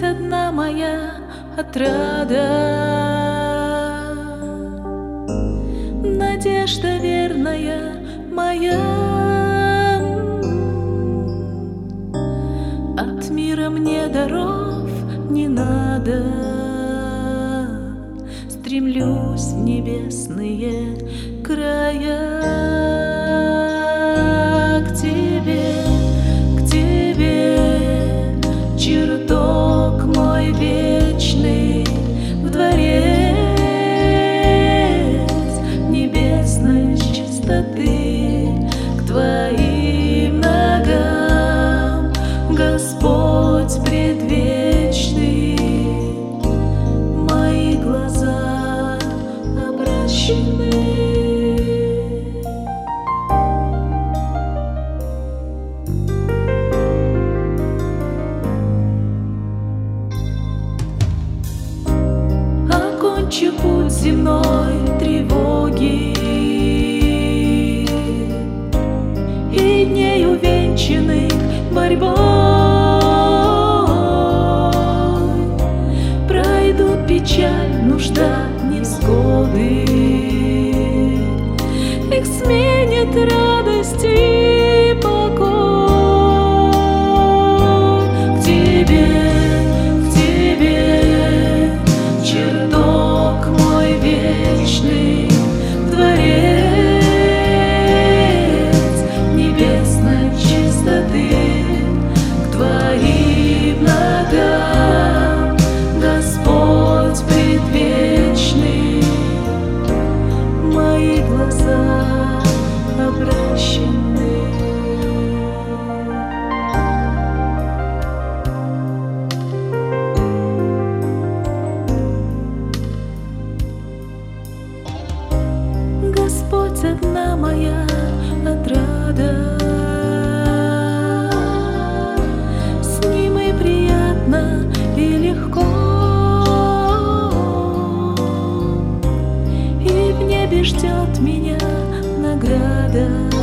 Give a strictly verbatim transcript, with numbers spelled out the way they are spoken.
одна моя отрада, надежда верная моя. От мира мне даров не надо, стремлюсь в небесные края. К тебе, к тебе, чертог мой вечный, в дворец небесной чистоты, к твоим ногам, Господь предвечный, мои глаза обращены. Окончу путь земной тревоги и дней увенчанных борьбой, пройдут печаль, нужда, невзгоды, их сменит радость и покой. К тебе, к тебе, чертог мой вечный, в дворец небесной чистоты, к твоим ногам, Господь предвечный, мои глаза обращены. Господь одна моя отрада, с Ним и приятно, и легко, и в небе ждет меня награда.